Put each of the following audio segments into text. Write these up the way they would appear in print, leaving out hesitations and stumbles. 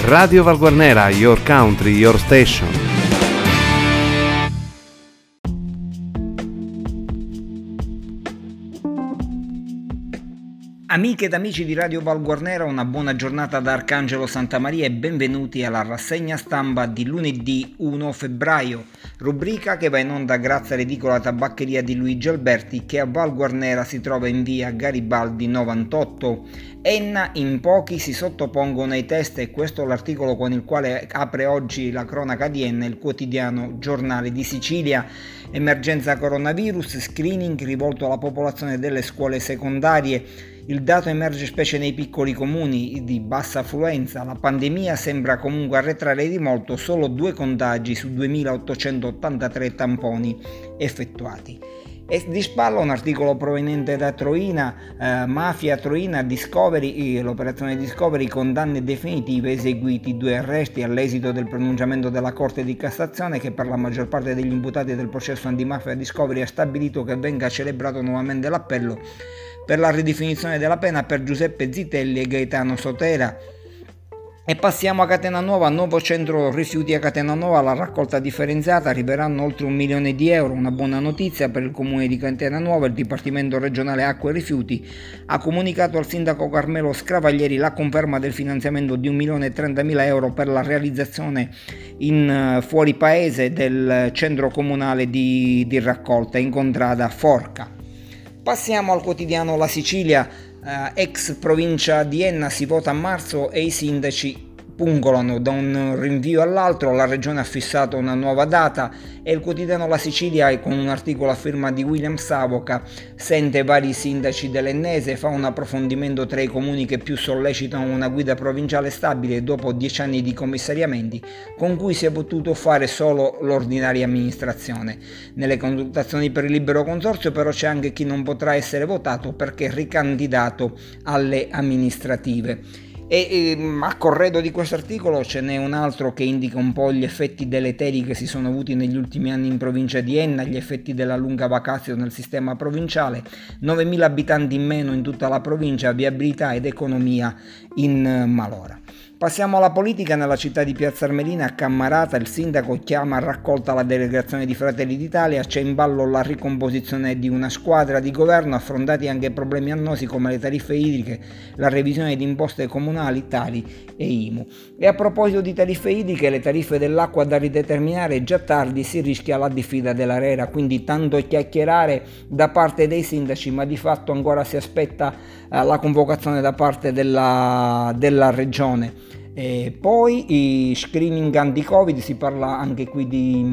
Radio Valguarnera, your country, your station. Amiche ed amici di Radio Valguarnera, una buona giornata da Arcangelo Santamaria e benvenuti alla rassegna stampa di lunedì 1 febbraio, rubrica che va in onda grazie all'edicola tabaccheria di Luigi Alberti che a Valguarnera si trova in via Garibaldi 98. Enna in pochi si sottopongono ai test e questo è l'articolo con il quale apre oggi la cronaca di Enna, il quotidiano Giornale di Sicilia. Emergenza coronavirus, screening rivolto alla popolazione delle scuole secondarie. Il dato emerge specie nei piccoli comuni di bassa affluenza. La pandemia sembra comunque arretrare di molto, solo 2 contagi su 2.883 tamponi effettuati. E di spalla un articolo proveniente da Troina, mafia Troina, Discovery, l'operazione Discovery, condanne definitive, eseguiti 2 arresti all'esito del pronunciamento della Corte di Cassazione che per la maggior parte degli imputati del processo antimafia Discovery ha stabilito che venga celebrato nuovamente l'appello per la ridefinizione della pena per Giuseppe Zitelli e Gaetano Sotera. E passiamo a Catena Nuova, nuovo centro rifiuti a Catena Nuova, la raccolta differenziata, arriveranno oltre 1 milione di euro, una buona notizia per il comune di Catena Nuova. Il Dipartimento regionale acqua e rifiuti ha comunicato al sindaco Carmelo Scravaglieri la conferma del finanziamento di 1.030.000 euro per la realizzazione in fuori paese del centro comunale di raccolta in contrada Forca. Passiamo al quotidiano La Sicilia, ex provincia di Enna, si vota a marzo e i sindaci pungolano da un rinvio all'altro, la regione ha fissato una nuova data e il quotidiano La Sicilia, con un articolo a firma di William Savoca, sente vari sindaci dell'Ennese, fa un approfondimento tra i comuni che più sollecitano una guida provinciale stabile dopo 10 anni di commissariamenti con cui si è potuto fare solo l'ordinaria amministrazione. Nelle consultazioni per il libero consorzio però c'è anche chi non potrà essere votato perché ricandidato alle amministrative. E a corredo di questo articolo ce n'è un altro che indica un po' gli effetti deleteri che si sono avuti negli ultimi anni in provincia di Enna, gli effetti della lunga vacatio nel sistema provinciale, 9.000 abitanti in meno in tutta la provincia, viabilità ed economia in malora. Passiamo alla politica. Nella città di Piazza Armerina, a Cammarata, il sindaco chiama a raccolta la delegazione di Fratelli d'Italia, c'è in ballo la ricomposizione di una squadra di governo, affrontati anche problemi annosi come le tariffe idriche, la revisione di imposte comunali, Tari e IMU. E a proposito di tariffe idriche, le tariffe dell'acqua da rideterminare, già tardi si rischia la diffida dell'ARERA, quindi tanto chiacchierare da parte dei sindaci, ma di fatto ancora si aspetta la convocazione da parte della regione. E poi i screening anti-Covid, si parla anche qui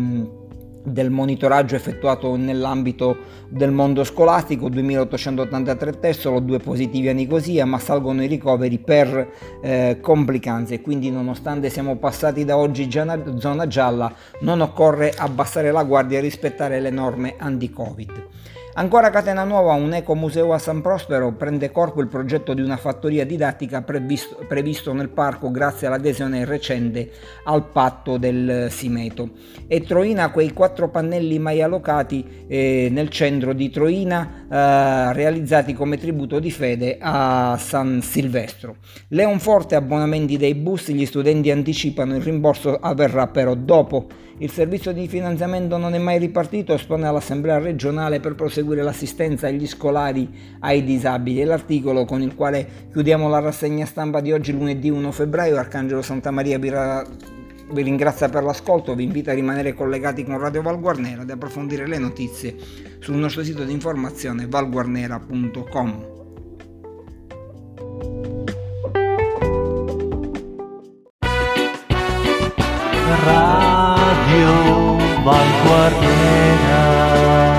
del monitoraggio effettuato nell'ambito del mondo scolastico, 2.883 test, solo 2 positivi a Nicosia, ma salgono i ricoveri per complicanze, quindi nonostante siamo passati da oggi già zona gialla non occorre abbassare la guardia e rispettare le norme anti-Covid. Ancora Catena Nuova, un ecomuseo a San Prospero, prende corpo il progetto di una fattoria didattica previsto nel parco grazie all'adesione recente al patto del Simeto. E Troina, quei 4 pannelli mai allocati nel centro di Troina, realizzati come tributo di fede a San Silvestro. Leonforte, abbonamenti dei bus, gli studenti anticipano, il rimborso avverrà però dopo. Il servizio di finanziamento non è mai ripartito, espone all'Assemblea regionale per proseguire l'assistenza agli scolari ai disabili. È l'articolo con il quale chiudiamo la rassegna stampa di oggi, lunedì 1 febbraio. Arcangelo Santamaria vi ringrazia per l'ascolto, vi invito a rimanere collegati con Radio Valguarnera ed approfondire le notizie sul nostro sito di informazione valguarnera.com. Radio Valguarnera.